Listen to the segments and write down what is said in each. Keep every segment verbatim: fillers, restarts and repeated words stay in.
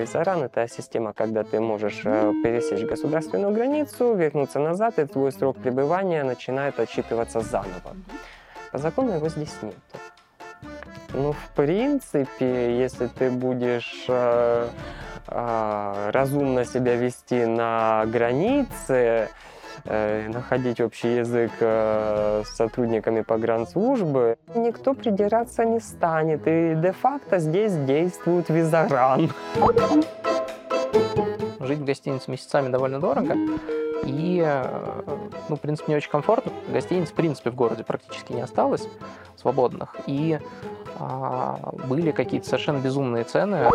Визаран — это система, когда ты можешь пересечь государственную границу, вернуться назад, и твой срок пребывания начинает отсчитываться заново. По закону его здесь нет. Ну, в принципе, если ты будешь э, э, разумно себя вести на границе, э, находить общий язык э, с сотрудниками погранслужбы, никто придираться не станет. И де-факто здесь действует Визаран. Жить в гостинице месяцами довольно дорого. И, ну, в принципе, не очень комфортно. Гостиниц, в принципе, в городе практически не осталось свободных. И а, были какие-то совершенно безумные цены.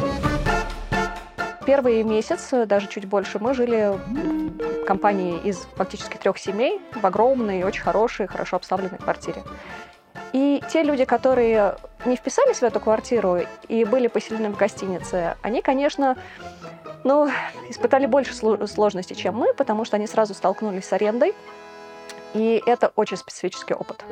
Первый месяц, даже чуть больше, мы жили в компании из фактически трех семей в огромной, очень хорошей, хорошо обставленной квартире. И те люди, которые не вписались в эту квартиру и были поселены в гостинице, они, конечно, ну, испытали больше сложностей, чем мы, потому что они сразу столкнулись с арендой. И это очень специфический опыт.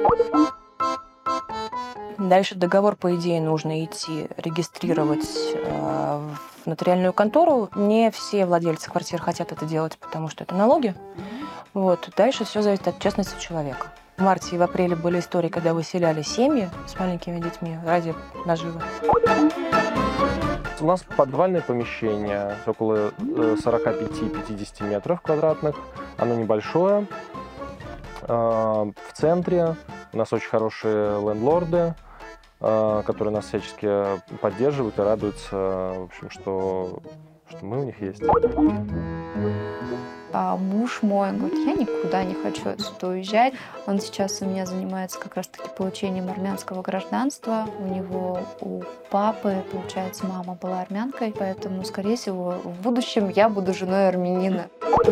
Дальше договор, по идее, нужно идти регистрировать э, в нотариальную контору. Не все владельцы квартир хотят это делать, потому что это налоги. Вот. Дальше все зависит от честности человека. В марте и в апреле были истории, когда выселяли семьи с маленькими детьми ради наживы. У нас подвальное помещение, около сорок пять-пятьдесят метров квадратных. Оно небольшое. В центре у нас очень хорошие лендлорды, которые нас всячески поддерживают и радуются, в общем, что, что мы у них есть. А муж мой говорит, я никуда не хочу отсюда уезжать. Он сейчас у меня занимается как раз-таки получением армянского гражданства. У него, у папы, получается, мама была армянкой, поэтому, скорее всего, в будущем я буду женой армянина.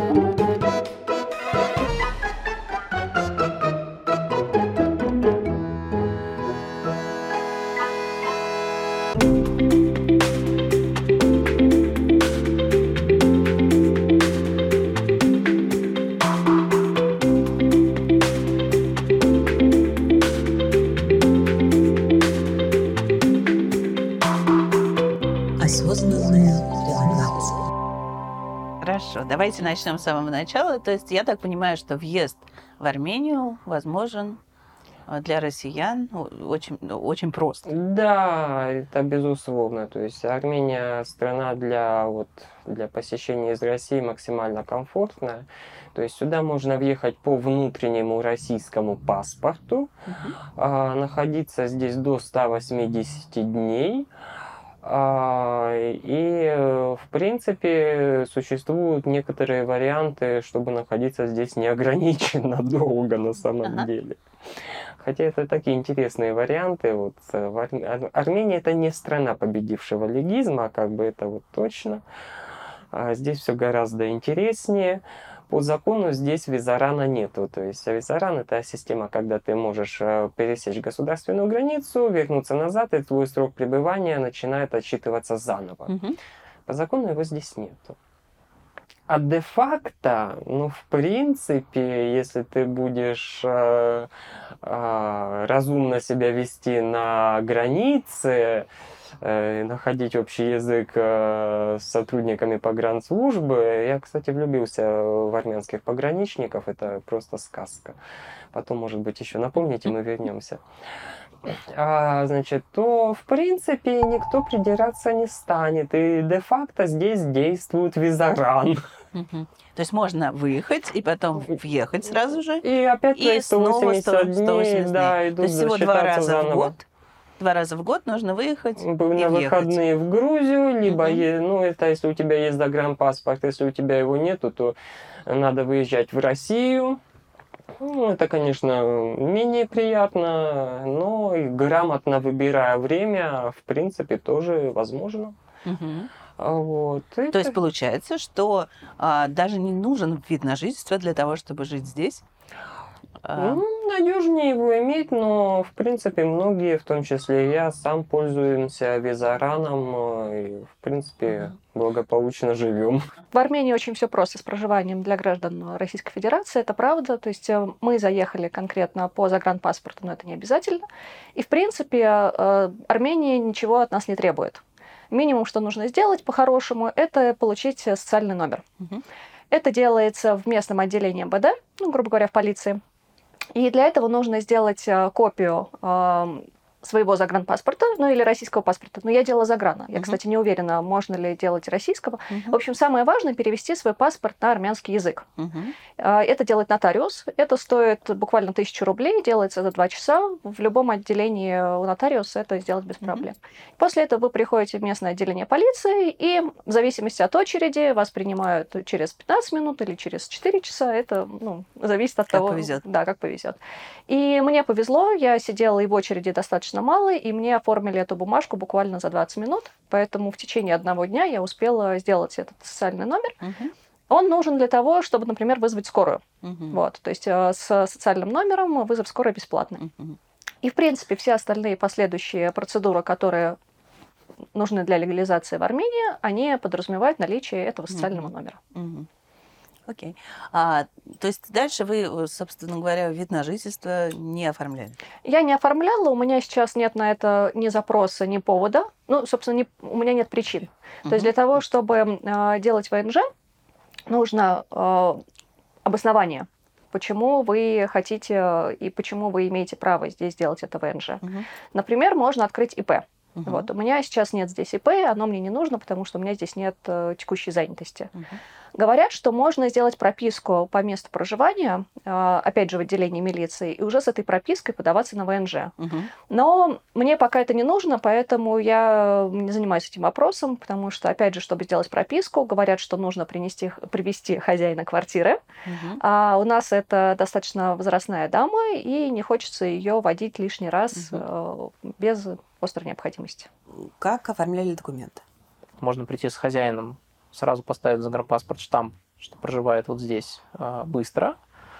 Хорошо, давайте начнем с самого начала. То есть я так понимаю, что въезд в Армению возможен для россиян очень, очень просто. Да, это безусловно. То есть Армения страна для, вот, для посещения из России максимально комфортная. То есть сюда можно въехать по внутреннему российскому паспорту, uh-huh. а, находиться здесь до ста восьмидесяти дней. И, в принципе, существуют некоторые варианты, чтобы находиться здесь неограниченно долго на самом ага. деле. Хотя это такие интересные варианты. Вот, Армения — это не страна победившего легизма, как бы это вот точно. Здесь все гораздо интереснее. По закону здесь Визарана нету. То есть Визаран — это система, когда ты можешь пересечь государственную границу, вернуться назад, и твой срок пребывания начинает отсчитываться заново. Угу. По закону его здесь нету. А де-факто, ну, в принципе, если ты будешь э, э, разумно себя вести на границе, э, находить общий язык э, с сотрудниками погранслужбы. Я, кстати, влюбился в армянских пограничников, это просто сказка. Потом, может быть, еще напомните, мы вернемся. А, значит, то, в принципе, никто придираться не станет. И де-факто здесь действует Визаран. Угу. То есть можно выехать и потом въехать сразу же. И опять и сто восемьдесят дней, да, идут. То есть всего два раза заново. в год. Два раза в год нужно выехать на и выходные въехать. В Грузию, либо, угу. е, ну, это если у тебя есть загранпаспорт, если у тебя его нету, то надо выезжать в Россию. Ну, это, конечно, менее приятно, но и грамотно выбирая время, в принципе, тоже возможно. Угу. Вот. То есть получается, что а, даже не нужен вид на жительство для того, чтобы жить здесь? Ну, надежнее его иметь, но, в принципе, многие, в том числе я, сам пользуемся Визараном и, в принципе, благополучно живем. В Армении очень все просто с проживанием для граждан Российской Федерации, это правда. То есть мы заехали конкретно по загранпаспорту, но это не обязательно. И, в принципе, Армения ничего от нас не требует. Минимум, что нужно сделать по-хорошему, это получить социальный номер. Мгм. Это делается в местном отделении МВД, ну, грубо говоря, в полиции. И для этого нужно сделать э, копию э, своего загранпаспорта, ну или российского паспорта. Но я делала заграна. Я, Мгм. кстати, не уверена, можно ли делать российского. Мгм. В общем, самое важное — перевести свой паспорт на армянский язык. Мгм. А, Это делает нотариус. Это стоит буквально тысячу рублей. Делается за два часа. В любом отделении у нотариуса это сделать без Мгм. проблем. После этого вы приходите в местное отделение полиции, и в зависимости от очереди вас принимают через пятнадцать минут или через четыре часа. Это, ну, зависит от Как того, повезет. да, как повезет. И мне повезло, я сидела и в очереди достаточно мало, и мне оформили эту бумажку буквально за двадцать минут. Поэтому в течение одного дня я успела сделать этот социальный номер. Мгм. Он нужен для того, чтобы, например, вызвать скорую. Мгм. Вот, то есть э, с социальным номером вызов скорой бесплатный. Мгм. И, в принципе, все остальные последующие процедуры, которые нужны для легализации в Армении, они подразумевают наличие этого социального Мгм. номера. Мгм. Окей. А, то есть дальше вы, собственно говоря, вид на жительство не оформляли? Я не оформляла, у меня сейчас нет на это ни запроса, ни повода. Ну, собственно, не- у меня нет причин. То есть для того, чтобы э, делать ВНЖ, нужно э, обоснование, почему вы хотите э, и почему вы имеете право здесь делать это ВНЖ. Мгм. Например, можно открыть ИП. Мгм. Вот, у меня сейчас нет здесь ИП, оно мне не нужно, потому что у меня здесь нет э, текущей занятости. Мгм. Говорят, что можно сделать прописку по месту проживания, э, опять же, в отделении милиции, и уже с этой пропиской подаваться на ВНЖ. Мгм. Но мне пока это не нужно, поэтому я не занимаюсь этим вопросом, потому что, опять же, чтобы сделать прописку, говорят, что нужно принести, привести хозяина квартиры. Мгм. А у нас это достаточно возрастная дама, и не хочется ее водить лишний раз э, без острой необходимости. Как оформляли документы? Можно прийти с хозяином, сразу поставить в загранпаспорт штамп, что проживает вот здесь, а, быстро.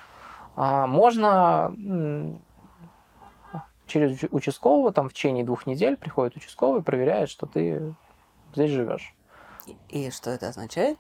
А можно м, через уч- участкового, там в течение двух недель приходит участковый, проверяет, что ты здесь живешь. И что это означает?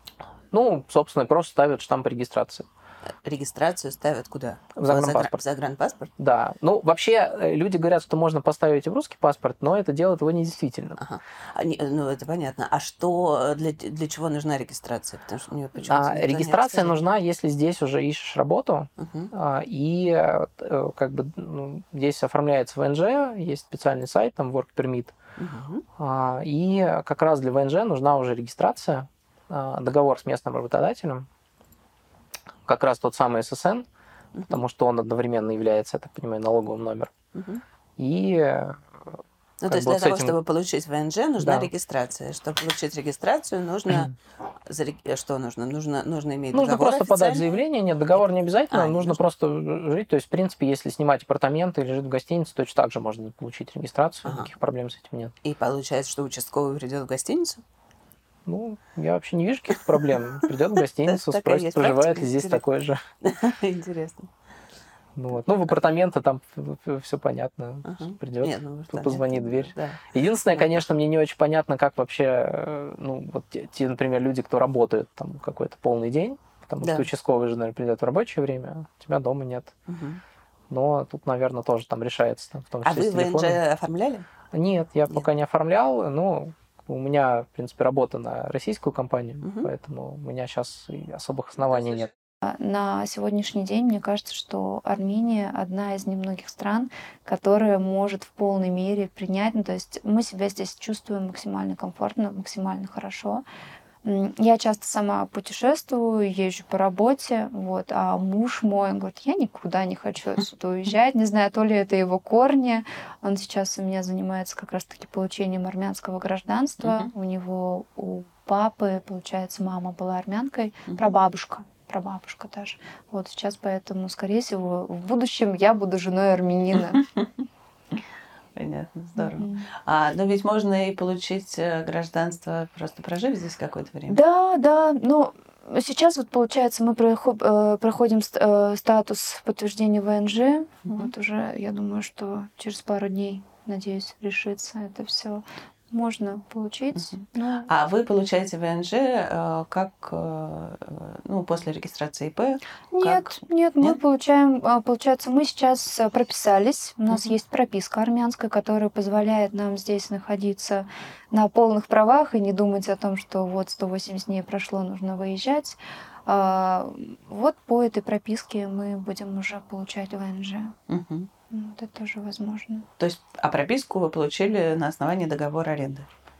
Ну, собственно, просто ставят штамп регистрации. Регистрацию ставят куда? В загранпаспорт. В загранпаспорт? Да. Ну, вообще, э, люди говорят, что можно поставить и в русский паспорт, но это делает его недействительным. Ага. А, не- ну, это понятно. А что, для, для чего нужна регистрация? Потому что мне почему-то А, никто не регистрация рассказал. нужна, если здесь уже ищешь работу, Мгм. а, и э, э, как бы ну, здесь оформляется ВНЖ, есть специальный сайт, там Work Permit, Мгм. а, и как раз для ВНЖ нужна уже регистрация, а, договор с местным работодателем, как раз тот самый ССН, Мгм. потому что он одновременно является, я так понимаю, налоговым номером. Мгм. И э, Ну, как то есть бы для вот с того, этим- чтобы получить ВНЖ, нужна Да. регистрация. Чтобы получить регистрацию, нужно... зареги- Что нужно? Нужно, нужно иметь нужно договор просто подать официальный? заявление. Нет, договор не обязательно, А, не нужно нужно. просто жить. То есть, в принципе, если снимать апартаменты или жить в гостинице, точно так же можно получить регистрацию, Ага. никаких проблем с этим нет. И получается, что участковый придет в гостиницу? Ну, я вообще не вижу каких-то проблем. Придет в гостиницу, Такая спросит, есть проживает практика, ли здесь интересно. такой же. Интересно. Ну, вот. Ну, в апартаменты там все понятно. Ага. Придет, Нет, ну, понятно, позвонит в дверь. Да. Единственное, Да. конечно, мне не очень понятно, как вообще, э, ну, вот те, те, например, люди, кто работает там какой-то полный день, потому Да. что участковый же, наверное, придет в рабочее время, а тебя дома нет. Мгм. Но тут, наверное, тоже там решается, там, в том А числе вы с телефоном. ВНЖ оформляли? Нет, я Нет. пока не оформлял, но у меня, в принципе, работа на российскую компанию, Мгм. поэтому у меня сейчас особых оснований нет. На сегодняшний день мне кажется, что Армения одна из немногих стран, которая может в полной мере принять. Ну, то есть мы себя здесь чувствуем максимально комфортно, максимально хорошо. М, Я часто сама путешествую, езжу по работе, вот, а муж мой он говорит, я никуда не хочу отсюда уезжать. Не знаю, то ли это его корни. Он сейчас у меня занимается как раз-таки получением армянского гражданства. У него у папы, получается, мама была армянкой, Мгм. прабабушка. Прабабушка даже. Вот сейчас поэтому, скорее всего, в будущем я буду женой армянина. Понятно, здорово. Мгм. А, но ведь можно и получить э, гражданство, просто прожив здесь какое-то время. Да, да. Ну, сейчас вот, получается, мы прохо- э, проходим ст- э, статус подтверждения ВНЖ. Мгм. Вот уже, я думаю, что через пару дней, надеюсь, решится это все. можно получить. Мгм. Но... А вы получаете ВНЖ э, как, э, ну, после регистрации ИП? Нет, Как? нет, мы Нет? получаем, а, получается, мы сейчас а, прописались, у нас Мгм. есть прописка армянская, которая позволяет нам здесь находиться на полных правах и не думать о том, что вот сто восемьдесят дней прошло, нужно выезжать. А, Вот по этой прописке мы будем уже получать ВНЖ. Мгм. Вот это тоже возможно. То есть, а прописку вы получили на основании договора аренды?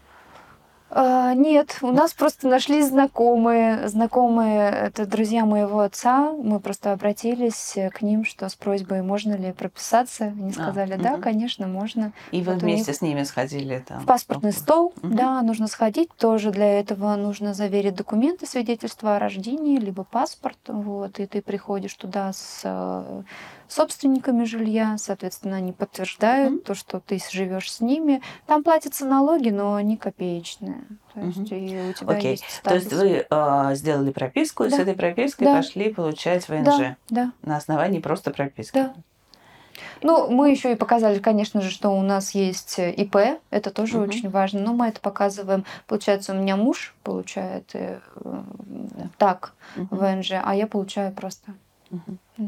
А, Нет, у нас просто нашлись знакомые. Знакомые — это друзья моего отца. Мы просто обратились к ним, что с просьбой, можно ли прописаться. Они А, сказали, да, мгм. конечно, можно. И вы Вот у вместе них с ними сходили там? В паспортный в- стол, Мгм. да, нужно сходить. Тоже для этого нужно заверить документы, свидетельство о рождении, либо паспорт. Вот, и ты приходишь туда с э, собственниками жилья, соответственно, они подтверждают Мгм. то, что ты живешь с ними. Там платятся налоги, но они копеечные. То есть Мгм. и у тебя Окей. есть То есть статус. вы э, сделали прописку, и с Да. этой пропиской Да. пошли получать ВНЖ Да, да, на основании просто прописки? да. Ну, мы еще и показали, конечно же, что у нас есть э, ИП, это тоже Мгм. очень важно, но мы это показываем. Получается, у меня муж получает э, э, так Мгм. ВНЖ, а я получаю просто. Мгм. Да.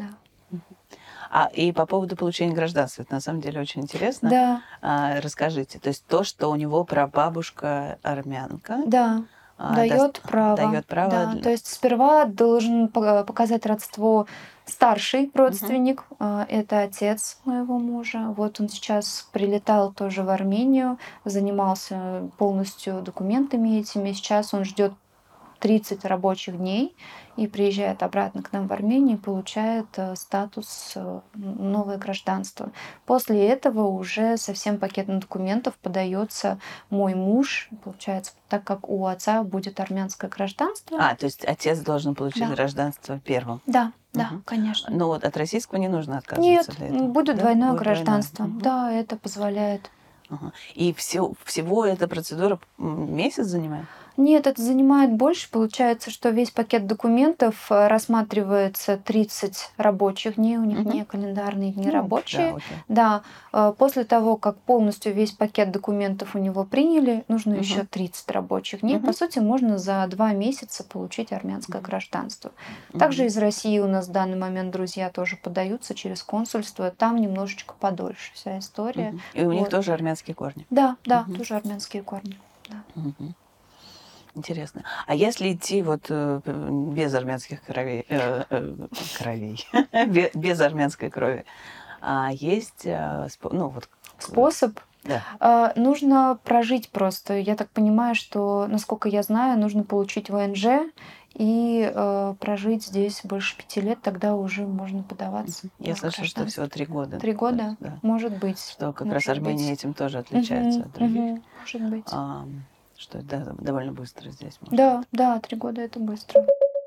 А и по поводу получения гражданства, это на самом деле очень интересно. Да, А, расскажите, то есть то, что у него прабабушка армянка, да. а, Дает даст- право. дает право Да, для- то есть сперва должен по- показать родство старший родственник, а, это отец моего мужа. Вот он сейчас прилетал тоже в Армению, занимался полностью документами этими. Сейчас он ждет тридцать рабочих дней и приезжает обратно к нам в Армению и получает э, статус э, новое гражданство. После этого уже со всем пакетом документов подается мой муж. Получается, так как у отца будет армянское гражданство. А, то есть отец должен получить Да. гражданство первым. Да, да, Мгм. конечно. Но вот от российского не нужно отказываться Нет, для этого. будет Да? двойное Будет гражданство. Мгм. Да, это позволяет. Ага. И все, всего эта процедура м, месяц занимает? Нет, это занимает больше. Получается, что весь пакет документов э, рассматривается тридцать рабочих дней. У них Мгм. не календарные дни Ну, рабочие. да, окей. Да, э, после того, как полностью весь пакет документов у него приняли, нужно Мгм. еще тридцать рабочих дней. Мгм. По сути, можно за два месяца получить армянское Мгм. гражданство. Мгм. Также из России у нас в данный момент друзья тоже подаются через консульство. Там немножечко подольше вся история. Мгм. И у них Вот. тоже армянские корни. Да, да, Мгм. тоже армянские корни. Мгм. Интересно. А если идти вот э, без армянских кровей, э, э, кровей, Бе- без армянской крови, а есть, э, спо- ну вот, Способ да. э, нужно прожить просто. Я так понимаю, что, насколько я знаю, нужно получить ВНЖ и э, прожить здесь больше пяти лет, тогда уже можно подаваться. Я на слышала, что гражданство. всего три года. Три года? Да. Может быть. Что как Может раз Армения быть. этим тоже отличается Мгм, от других. мгм, может быть. А, что да, довольно быстро здесь можно. Да, да, три года это быстро.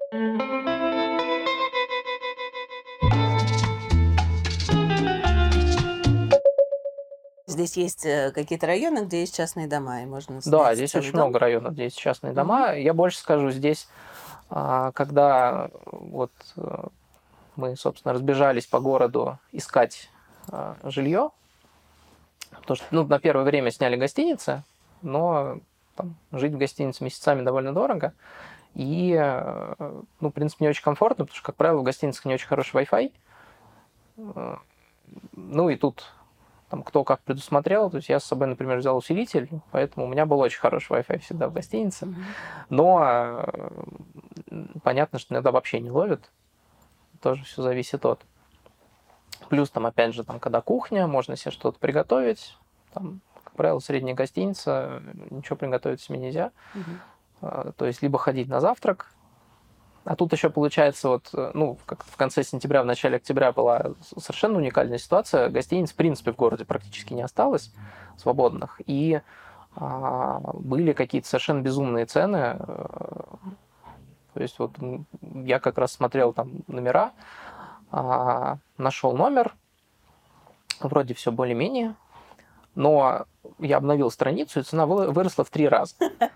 Здесь есть э, какие-то районы, где есть частные дома, и можно Да, снять здесь целый очень дом. много районов, где есть частные дома. Я больше скажу, здесь, а, когда вот э, мы, собственно, разбежались по городу искать а, жилье, потому что ну, на первое время сняли гостиницы, но там, жить в гостинице месяцами довольно дорого. И, э, ну, в принципе, не очень комфортно, потому что, как правило, в гостиницах не очень хороший Wi-Fi. Э, Ну и тут там, кто как предусмотрел. То есть я с собой, например, взял усилитель, поэтому у меня был очень хороший Wi-Fi всегда в гостинице. Мгм. Но э, понятно, что иногда вообще не ловит. Тоже все зависит от. Плюс там, опять же, там, когда кухня, можно себе что-то приготовить. Там, как правило, средняя гостиница, ничего приготовить себе нельзя. Мгм. А, То есть либо ходить на завтрак. А тут еще получается, вот, э, ну, как в конце сентября, в начале октября была с- совершенно уникальная ситуация. Гостиниц, в принципе, в городе практически не осталось свободных. И а, были какие-то совершенно безумные цены. э, То есть вот м, я как раз смотрел там номера, а, нашел номер, вроде все более-менее, но я обновил страницу, и цена вы- выросла в три раза.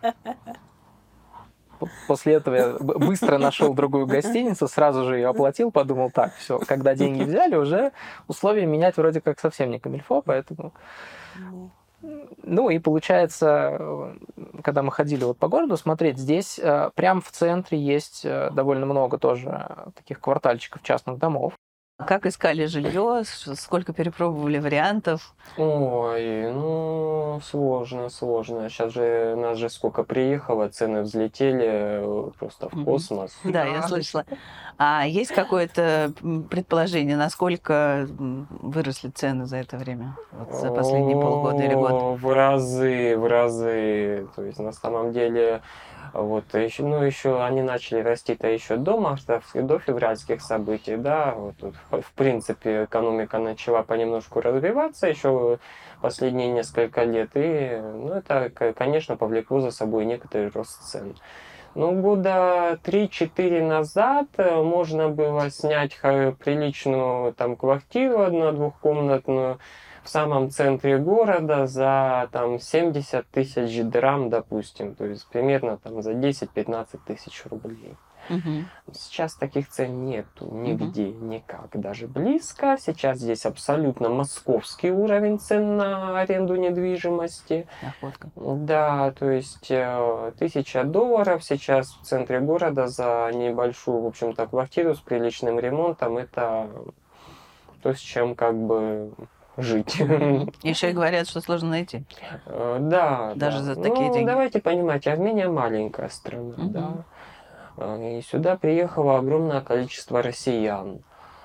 П- После этого я б- быстро нашел другую гостиницу, сразу же ее оплатил, подумал, так, все, когда деньги взяли, уже условия менять вроде как совсем не камильфо, поэтому Ну и получается, когда мы ходили вот по городу смотреть, здесь э, прям в центре есть э, довольно много тоже таких квартальчиков частных домов. Как искали жилье, сколько перепробовали вариантов? Ой, ну, сложно, сложно. Сейчас же, нас же сколько приехало, цены взлетели э, просто в Мгм. космос. Да, я слышала. А есть какое-то м, предположение, насколько м, выросли цены за это время? Вот за последние полгода или год? О, В разы, в разы. То есть на самом деле, вот еще, ну еще они начали расти-то еще до мартовских, до февральских событий, да. Вот, тут, в в принципе, экономика начала понемножку развиваться еще последние несколько лет, и, ну, это, к- конечно, повлекло за собой некоторый рост цен. Ну, года три-четыре назад э, можно было снять ха- приличную там квартиру одно-двухкомнатную в самом центре города за там семьдесят тысяч драм, допустим, то есть примерно там за десять-пятнадцать тысяч рублей. Мгм. Сейчас таких цен нету нигде, никак, даже близко. Сейчас здесь абсолютно московский уровень цен на аренду недвижимости. Находка. Да, то есть э, тысяча долларов сейчас в центре города за небольшую, в общем-то, квартиру с приличным ремонтом, это то, с чем как бы жить. Еще и говорят, что сложно найти. Э, Да, Даже да. за такие Ну, деньги. давайте понимать, Армения маленькая страна, Мгм. да. Э, И сюда приехало огромное количество россиян.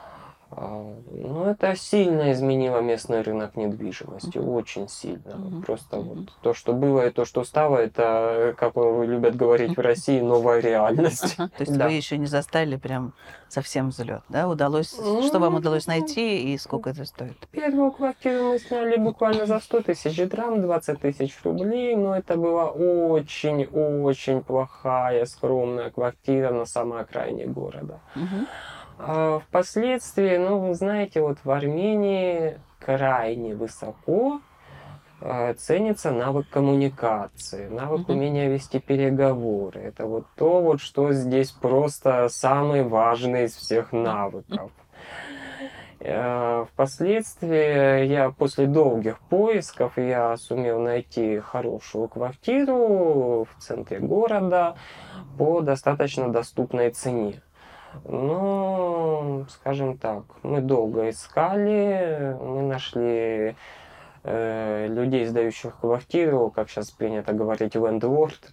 А, Ну, это сильно изменило местный рынок недвижимости, очень сильно. Мгм. Просто Мгм. вот то, что было и то, что стало, это, как любят говорить в России, новая реальность. Ага. То есть Да. вы еще не застали прям совсем взлет, да? Удалось, что вам удалось найти и сколько это стоит? Первую квартиру мы сняли буквально за сто тысяч драм, двадцать тысяч рублей, но это была очень-очень плохая, скромная квартира на самой окраине города. Мгм. А впоследствии, ну, вы знаете, вот в Армении крайне высоко э, ценится навык коммуникации, навык Мгм. умения вести переговоры. Это вот то, вот, что здесь просто самый важный из всех навыков. Э, Впоследствии я после долгих поисков я сумел найти хорошую квартиру в центре города по достаточно доступной цене. Ну, скажем так, мы долго искали, мы нашли э, людей, сдающих квартиру, как сейчас принято говорить, лендлорд,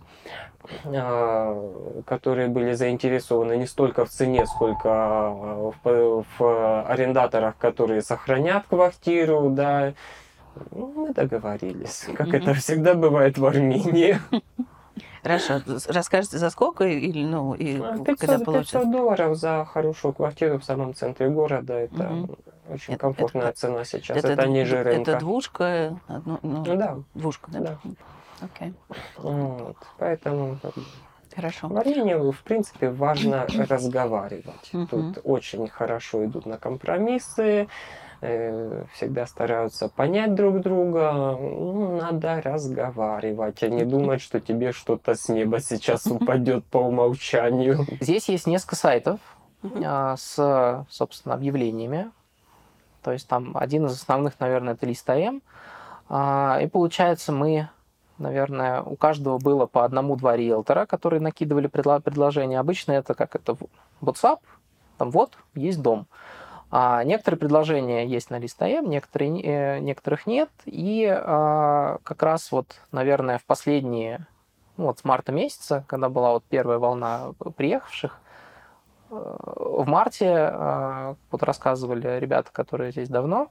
э, которые были заинтересованы не столько в цене, сколько в, в- в арендаторах, которые сохранят квартиру, да. Ну, мы договорились, как Мгм. это всегда бывает в Армении. Хорошо. З- Расскажете, за сколько или, ну, и когда пятьсот, получится? пятьсот долларов за хорошую квартиру в самом центре города, это Мгм. очень Нет, комфортная это- цена сейчас, Это, это, дв- ниже д- рынка. это двушка, одно- ну, Ну да, двушка, да? да. Окей, Вот, поэтому как бы, хорошо. в Армении, в принципе, важно разговаривать. Мгм. Тут очень хорошо идут на компромиссы, э, всегда стараются понять друг друга. Ну, надо разговаривать, а не думать, что тебе что-то с неба сейчас упадет по умолчанию. Здесь есть несколько сайтов Мгм. а, с, собственно, объявлениями. То есть там один из основных, наверное, это Лист АМ. А, И получается, мы, наверное, у каждого было по одному-два риэлтора, которые накидывали предло- предложения. Обычно это как это в WhatsApp, там вот, есть дом. А некоторые предложения есть на Лист АМ, некоторые, не- э, некоторых нет. И а, как раз вот, наверное, в последние, ну, вот с марта месяца, когда была вот первая волна приехавших, э, в марте, э, вот рассказывали ребята, которые здесь давно,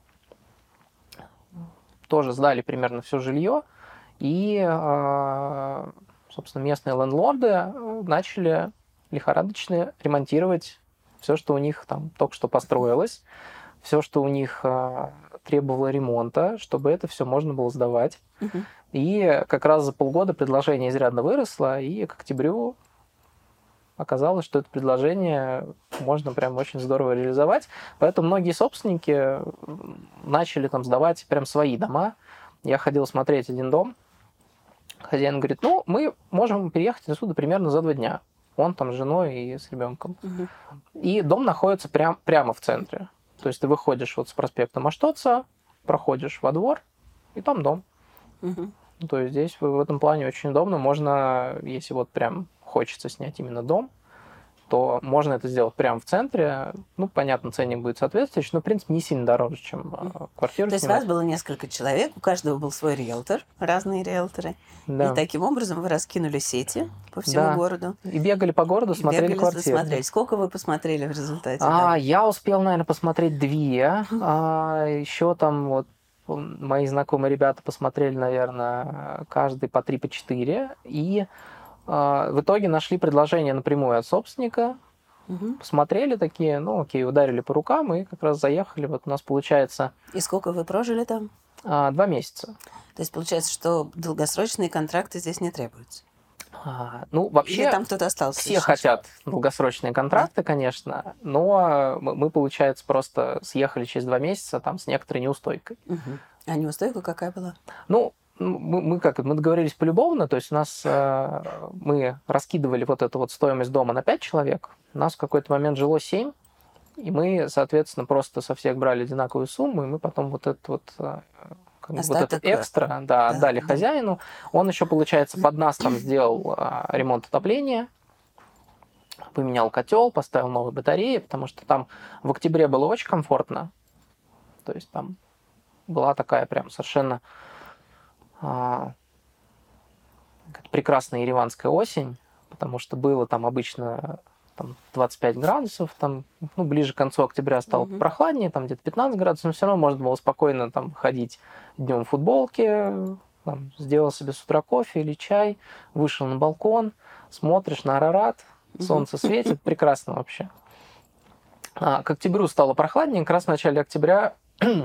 тоже сдали примерно все жилье, и, э, собственно, местные лендлорды э, начали лихорадочно ремонтировать все, что у них там только что построилось, все, что у них э, требовало ремонта, чтобы это все можно было сдавать. Мгм. И как раз за полгода предложение изрядно выросло, и к октябрю оказалось, что это предложение можно прям очень здорово реализовать. Поэтому многие собственники м, начали там сдавать прям свои дома. Я ходил смотреть один дом. Хозяин говорит, ну, мы можем переехать отсюда примерно за два дня. Он там с женой и с ребенком. Мгм. И дом находится прям, прямо в центре. То есть ты выходишь вот с проспекта Маштоца, проходишь во двор, и там дом. Мгм. Ну, то есть здесь в в этом плане очень удобно. Можно, если вот прям хочется снять именно дом, то можно это сделать прямо в центре. Ну, понятно, ценник будет соответствующий, но, в принципе, не сильно дороже, чем а, квартиру То есть снимать. вас было несколько человек, у каждого был свой риэлтор, разные риэлторы. Да. И таким образом вы раскинули сети по всему Да. городу. И бегали по городу, И смотрели бегали, квартиры. смотрели. Сколько вы посмотрели в результате? А, да? я успел, наверное, посмотреть две. А, еще там вот м, мои знакомые ребята посмотрели, наверное, каждый по три, по четыре. И а, в итоге нашли предложение напрямую от собственника. Мгм. Посмотрели такие, ну окей, ударили по рукам и как раз заехали. Вот у нас получается И сколько вы прожили там? а, два месяца. То есть получается, что долгосрочные контракты здесь не требуются? А, ну, Или вообще, там кто-то остался? все еще? хотят долгосрочные контракты, конечно, но мы, мы, получается, просто съехали через два месяца там с некоторой неустойкой. Мгм. А неустойка какая была? Ну, мы, мы как, мы договорились полюбовно, то есть у нас э, мы раскидывали вот эту вот стоимость дома на пять человек, у нас в какой-то момент жило семь, и мы, соответственно, просто со всех брали одинаковую сумму, и мы потом вот этот вот, э, как бы вот Остаток, этот экстра, да, отдали да. хозяину. Он еще, получается, под нас там сделал э, ремонт отопления, поменял котел, поставил новые батареи, потому что там в октябре было очень комфортно, то есть там была такая прям совершенно а, прекрасная ереванская осень, потому что было там обычно там, двадцать пять градусов, там, ну, ближе к концу октября стало Мгм. прохладнее, там где-то пятнадцать градусов, но все равно можно было спокойно там ходить днем в футболке, там, сделал себе с утра кофе или чай, вышел на балкон, смотришь на Арарат, солнце светит, прекрасно вообще. А, к октябрю стало прохладнее, как раз в начале октября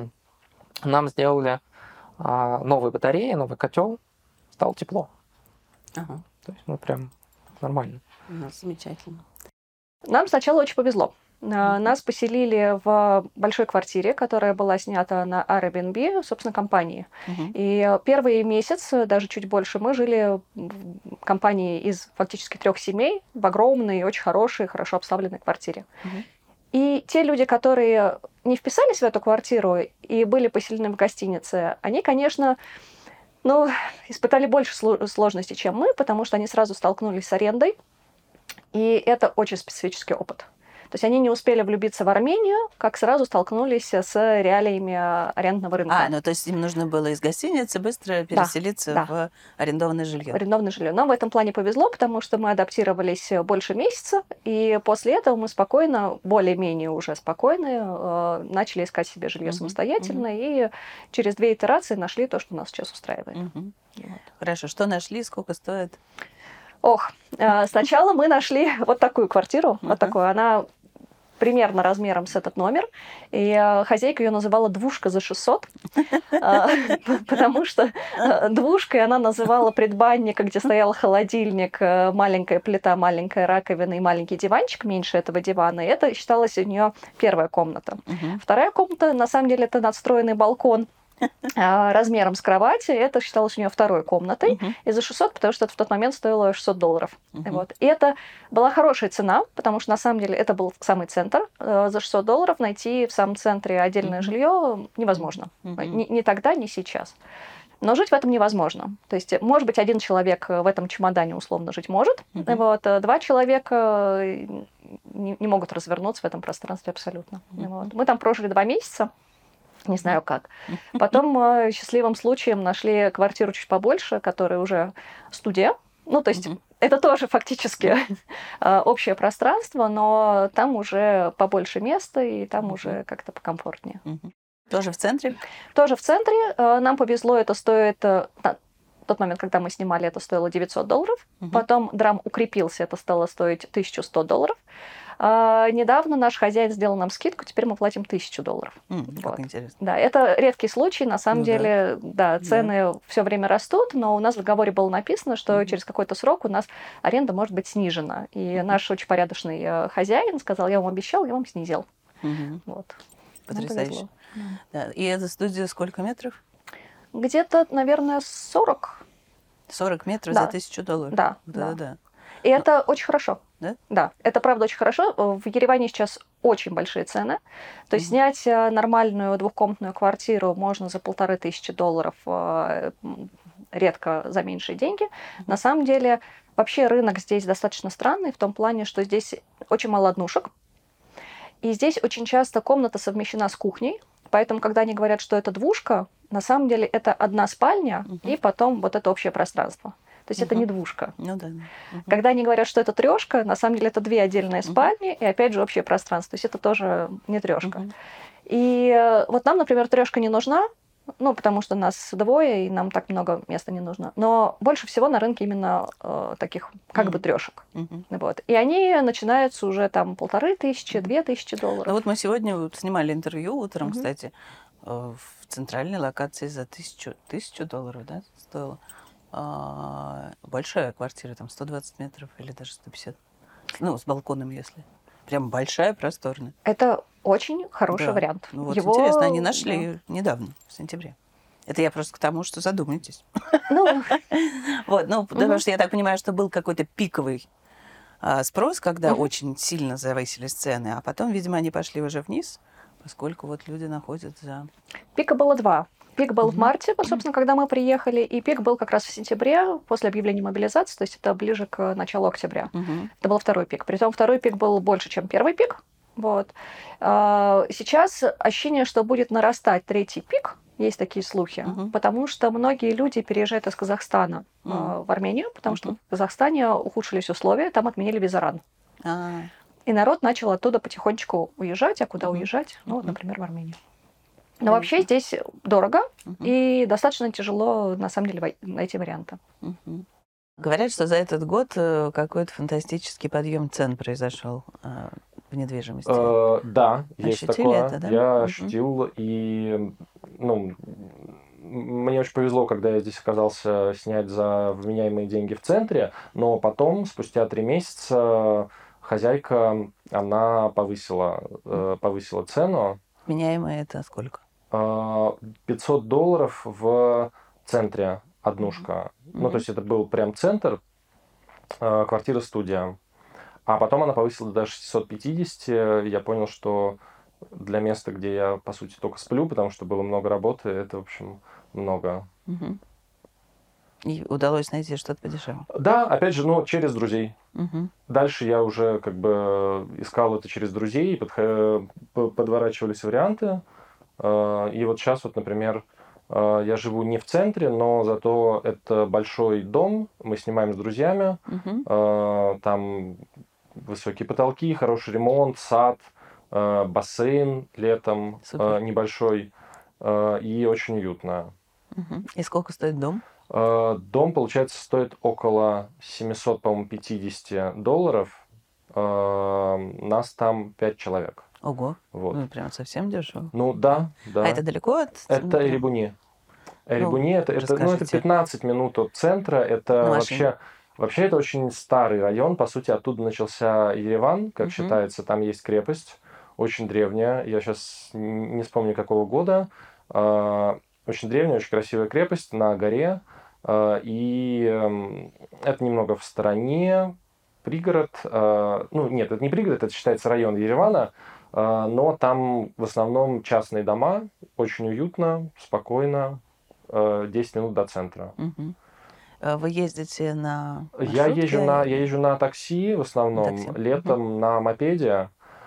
нам сделали а, новые батареи, новый котел, стало тепло. Ага. То есть мы прям нормально. Ну, замечательно. Нам сначала очень повезло. А, Нас поселили в большой квартире, которая была снята на Airbnb, собственно, компании. Мгм. И первый месяц, даже чуть больше, мы жили в компании из фактически трех семей в огромной, очень хорошей, хорошо обставленной квартире. Мгм. И те люди, которые не вписались в эту квартиру и были поселены в гостинице, они, конечно, ну, испытали больше сло- сложностей, чем мы, потому что они сразу столкнулись с арендой, и это очень специфический опыт. То есть они не успели влюбиться в Армению, как сразу столкнулись с реалиями а, арендного рынка. А, ну то есть им нужно было из гостиницы быстро переселиться да. в арендованное жилье. Арендованное жилье. Нам в этом плане повезло, потому что мы адаптировались больше месяца, и после этого мы спокойно, более-менее уже спокойно, э, начали искать себе жилье Мгм, самостоятельно, и через две итерации нашли то, что нас сейчас устраивает. Мгм. Вот. Хорошо. Что нашли, сколько стоит? Ох, э, сначала мы нашли вот такую квартиру, Ага. вот такую. Она примерно размером с этот номер, и э, хозяйка ее называла «двушка за шестьсот», а, потому что э, двушкой она называла предбанник, где стоял холодильник, э, маленькая плита, маленькая раковина и маленький диванчик меньше этого дивана. И это считалось у нее первая комната. Мгм. Вторая комната, на самом деле, это надстроенный балкон а, размером с кровати. Это считалось у нее второй комнатой. Мгм. И за шестьсот, потому что это в тот момент стоило шестьсот долларов. Мгм. Вот. И это была хорошая цена, потому что на самом деле это был самый центр. Э, За шестьсот долларов найти в самом центре отдельное Мгм. жилье невозможно. Мгм. Ни, ни тогда, ни сейчас. Но жить в этом невозможно. То есть, может быть, один человек в этом чемодане условно жить может, Мгм. вот, а два человека не, не могут развернуться в этом пространстве абсолютно. Мгм. Вот. Мы там прожили два месяца. Не знаю как. Потом э, счастливым случаем нашли квартиру чуть побольше, которая уже студия. Ну, то есть Мгм. это тоже фактически э, общее пространство, но там уже побольше места, и там Мгм. уже как-то покомфортнее. Мгм. Тоже в центре? Тоже в центре. э, Нам повезло, это стоит... э, на тот момент, когда мы снимали, это стоило девятьсот долларов. Мгм. Потом драм укрепился, это стало стоить тысяча сто долларов. А недавно наш хозяин сделал нам скидку, теперь мы платим тысячу долларов. М, Как Вот. интересно. Да, это редкий случай. На самом Ну да. деле, да, цены все время растут, но у нас в договоре было написано, что Мгм. через какой-то срок у нас аренда может быть снижена. И Мгм. наш очень порядочный э, хозяин сказал, я вам обещал, я вам снизил. Мгм. Вот. Нам Потрясающе. повезло. Да. И эта студия сколько метров? Где-то, наверное, сорок. сорок метров Да. за тысячу долларов. Да, Да, да. да. И это очень хорошо. Да? Да, это правда очень хорошо. В Ереване сейчас очень большие цены. То есть Мгм. снять э, нормальную двухкомнатную квартиру можно за полторы тысячи долларов э, м, редко за меньшие деньги. На самом деле, вообще рынок здесь достаточно странный в том плане, что здесь очень мало однушек. И здесь очень часто комната совмещена с кухней. Поэтому, когда они говорят, что это двушка, на самом деле это одна спальня Мгм. и потом вот это общее пространство. То есть это Мгм. не двушка. Ну да. да. Мгм. Когда они говорят, что это трешка, на самом деле это две отдельные Мгм. спальни и опять же общее пространство. То есть это тоже не трешка. Мгм. И э, вот нам, например, трешка не нужна, ну, потому что нас двое, и нам так много места не нужно. Но больше всего на рынке именно э, таких как бы Мгм. трешек. Мгм. Вот. И они начинаются уже там полторы тысячи, две тысячи долларов. Ну вот мы сегодня вот снимали интервью утром, Мгм. кстати, э, в центральной локации за тысячу, тысячу долларов, да, стоило. А, большая квартира, там сто двадцать метров или даже сто пятьдесят. Ну, с балконом, если. Прям большая, просторная. Это очень хороший Да. вариант. Ну вот Его- интересно, они да. нашли недавно, в сентябре. Это я просто к тому, что задумайтесь. Ну, Вот, ну, потому Мгм. что я так понимаю, что был какой-то пиковый а, спрос, когда Мгм. очень сильно завысились цены, а потом, видимо, они пошли уже вниз, поскольку вот люди находят за... пика было два. Пик был в Мгм. марте, вот, собственно, когда мы приехали, и пик был как раз в сентябре, после объявления мобилизации, то есть это ближе к началу октября. Мгм. Это был второй пик. Притом второй пик был больше, чем первый пик. Вот. А, Сейчас ощущение, что будет нарастать третий пик, есть такие слухи, Мгм. потому что многие люди переезжают из Казахстана Мгм. а, в Армению, потому что Мгм. в Казахстане ухудшились условия, там отменили визаран. А, И народ начал оттуда потихонечку уезжать. А куда Мгм. уезжать? Ну, вот, Мгм. например, в Армению. Но Понятно. вообще здесь дорого мгм. и достаточно тяжело, на самом деле, вой- найти варианты. Мгм. Говорят, что за этот год э, какой-то фантастический подъем цен произошел э, в недвижимости. Э, Да, есть Ощутили такое. это, да? Я Мгм. ощутил, и ну, м- мне очень повезло, когда я здесь оказался снять за вменяемые деньги в центре, но потом, спустя три месяца, хозяйка, она повысила, э, повысила цену. Меняемое это сколько? Э, пятьсот долларов в центре однушка. Ну, Мгм. то есть это был прям центр, э, квартира-студия. А потом она повысила до шестьсот пятьдесят. Я понял, что для места, где я, по сути, только сплю, потому что было много работы, это, в общем, много. Мгм. И удалось найти что-то подешевле. Да, опять же, ну, через друзей. Мгм. Дальше я уже как бы искал это через друзей, подхо- п- подворачивались варианты. Э, И вот сейчас вот, например, э, я живу не в центре, но зато это большой дом, мы снимаем с друзьями. Мгм. Э, Там высокие потолки, хороший ремонт, сад, э, бассейн летом Супер. э, небольшой э, и очень уютно. Мгм. И сколько стоит дом? Э, Дом, получается, стоит около семьсот, по-моему, пятьдесят долларов. Э, Нас там пять человек. Ого. Вот. Ну, прям совсем дешево. Ну да, да. А это далеко от... Это ну, прям Эребуни. Эребуни это, это, ну, это расскажите. пятнадцать минут от центра. Это На машине. вообще, вообще это очень старый район. По сути, оттуда начался Ереван, как Мгм. считается. Там есть крепость, очень древняя. Я сейчас не вспомню, какого года. А, Очень древняя, очень красивая крепость на горе. А, И эм, это немного в стороне. Пригород. а, Ну, нет, это не пригород, это считается район Еревана. А, Но там в основном частные дома. Очень уютно, спокойно. э, десять минут до центра. Мгм. А Вы ездите на Я маршрутке? езжу на, я езжу на такси в основном, такси. летом на мопеде.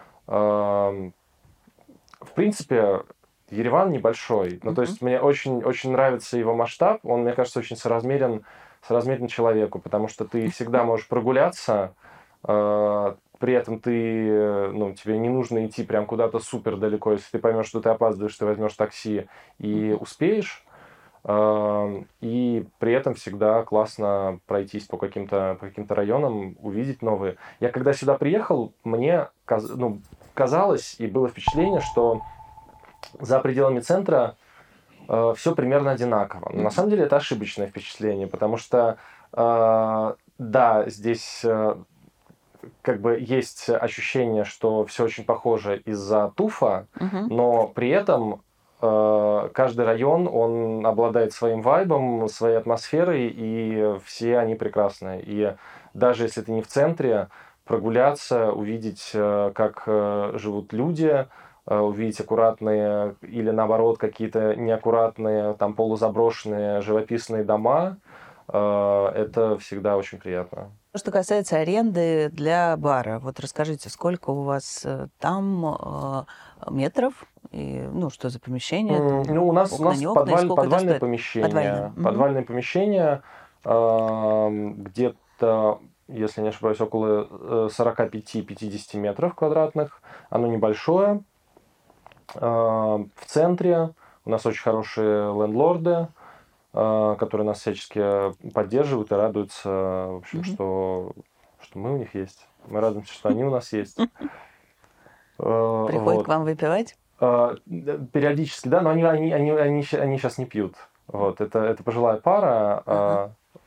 Эм, В принципе, Ереван небольшой. Ну, то Мгм. есть мне очень, очень нравится его масштаб. Он, мне кажется, очень соразмерен, соразмерен человеку, потому что ты всегда можешь прогуляться, э, при этом ты, э, ну, тебе не нужно идти прям куда-то супер далеко. Если ты поймешь, что ты опаздываешь, ты возьмешь такси и успеешь. Эм, И при этом всегда классно пройтись по каким-то, по каким-то районам, увидеть новые. Я когда сюда приехал, мне каз- ну, казалось и было впечатление, что за пределами центра все примерно одинаково. Но на самом деле это ошибочное впечатление, потому что, э, да, здесь э, как бы есть ощущение, что все очень похоже из-за туфа, Мгм. но при этом э, каждый район, он обладает своим вайбом, своей атмосферой, и все они прекрасные. И даже если ты не в центре, прогуляться, увидеть, э, как э, живут люди, э, увидеть аккуратные или, наоборот, какие-то неаккуратные, там, полузаброшенные живописные дома, э, это всегда очень приятно. Что касается аренды для бара, вот расскажите, сколько у вас э, там э, метров, и, ну, что за помещение? М, там, Ну, у нас, у окна, нас не окна, и подваль- сколько это подвальное стоит? помещение. Подвальное. Мгм. Подвальное помещение, э, где-то, если не ошибаюсь, около э, сорок пять-пятьдесят метров квадратных. Оно небольшое. Э, В центре у нас очень хорошие лендлорды, э, которые нас всячески поддерживают и радуются, в общем, Мгм. что, что мы у них есть. Мы радуемся, что они у нас есть. Э, Приходят вот. к вам выпивать? А, д- Периодически, да, но они, они, они, они, ща- они сейчас не пьют. Вот, это, это пожилая пара. а,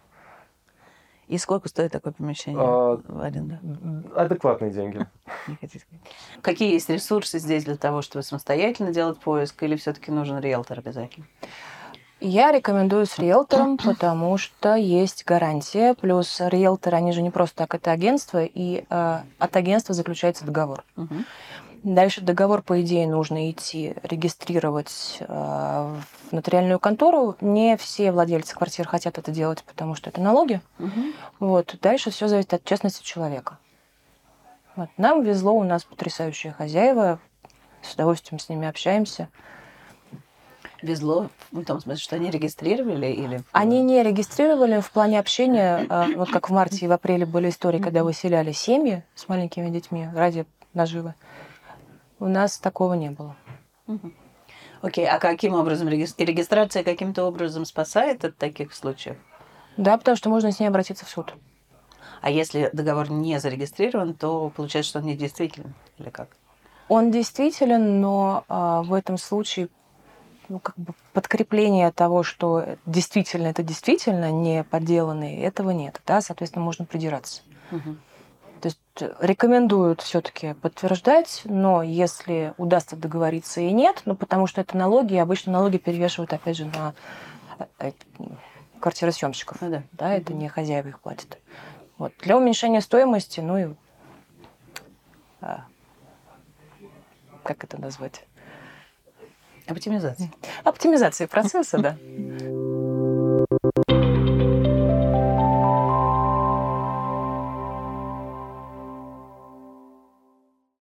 И сколько стоит такое помещение а, в аренду? адекватные деньги. Не хотите сказать? Какие есть ресурсы здесь для того, чтобы самостоятельно делать поиск, или все-таки нужен риэлтор обязательно? Я рекомендую с риэлтором, потому что есть гарантия. Плюс риэлторы, они же не просто так, это агентство, и э, от агентства заключается договор. Мгм. Дальше договор, по идее, нужно идти регистрировать э, в нотариальную контору. Не все владельцы квартир хотят это делать, потому что это налоги. Мгм. Вот. Дальше все зависит от честности человека. Вот. Нам везло, у нас потрясающие хозяева. С удовольствием с ними общаемся. Везло, в том смысле, что они регистрировали или... Они не регистрировали в плане общения, э, вот как в марте и в апреле были истории, когда выселяли семьи с маленькими детьми ради наживы. У нас такого не было. Мгм. Окей, а каким образом регис- и регистрация каким-то образом спасает от таких случаев? Да, потому что можно с ней обратиться в суд. А если договор не зарегистрирован, то получается, что он недействителен или как? Он действителен, но а, в этом случае ну, как бы подкрепление того, что действительно это действительно не подделанный, этого нет. Да? Соответственно, можно придираться. Мгм. То есть рекомендуют все-таки подтверждать, но если удастся договориться и нет, ну потому что это налоги, и обычно налоги перевешивают, опять же, на э, квартиросъемщиков. Ну да. Да, это не хозяева их платят. Вот. Для уменьшения стоимости, ну и а, как это назвать? Оптимизация. Оптимизация процесса, да.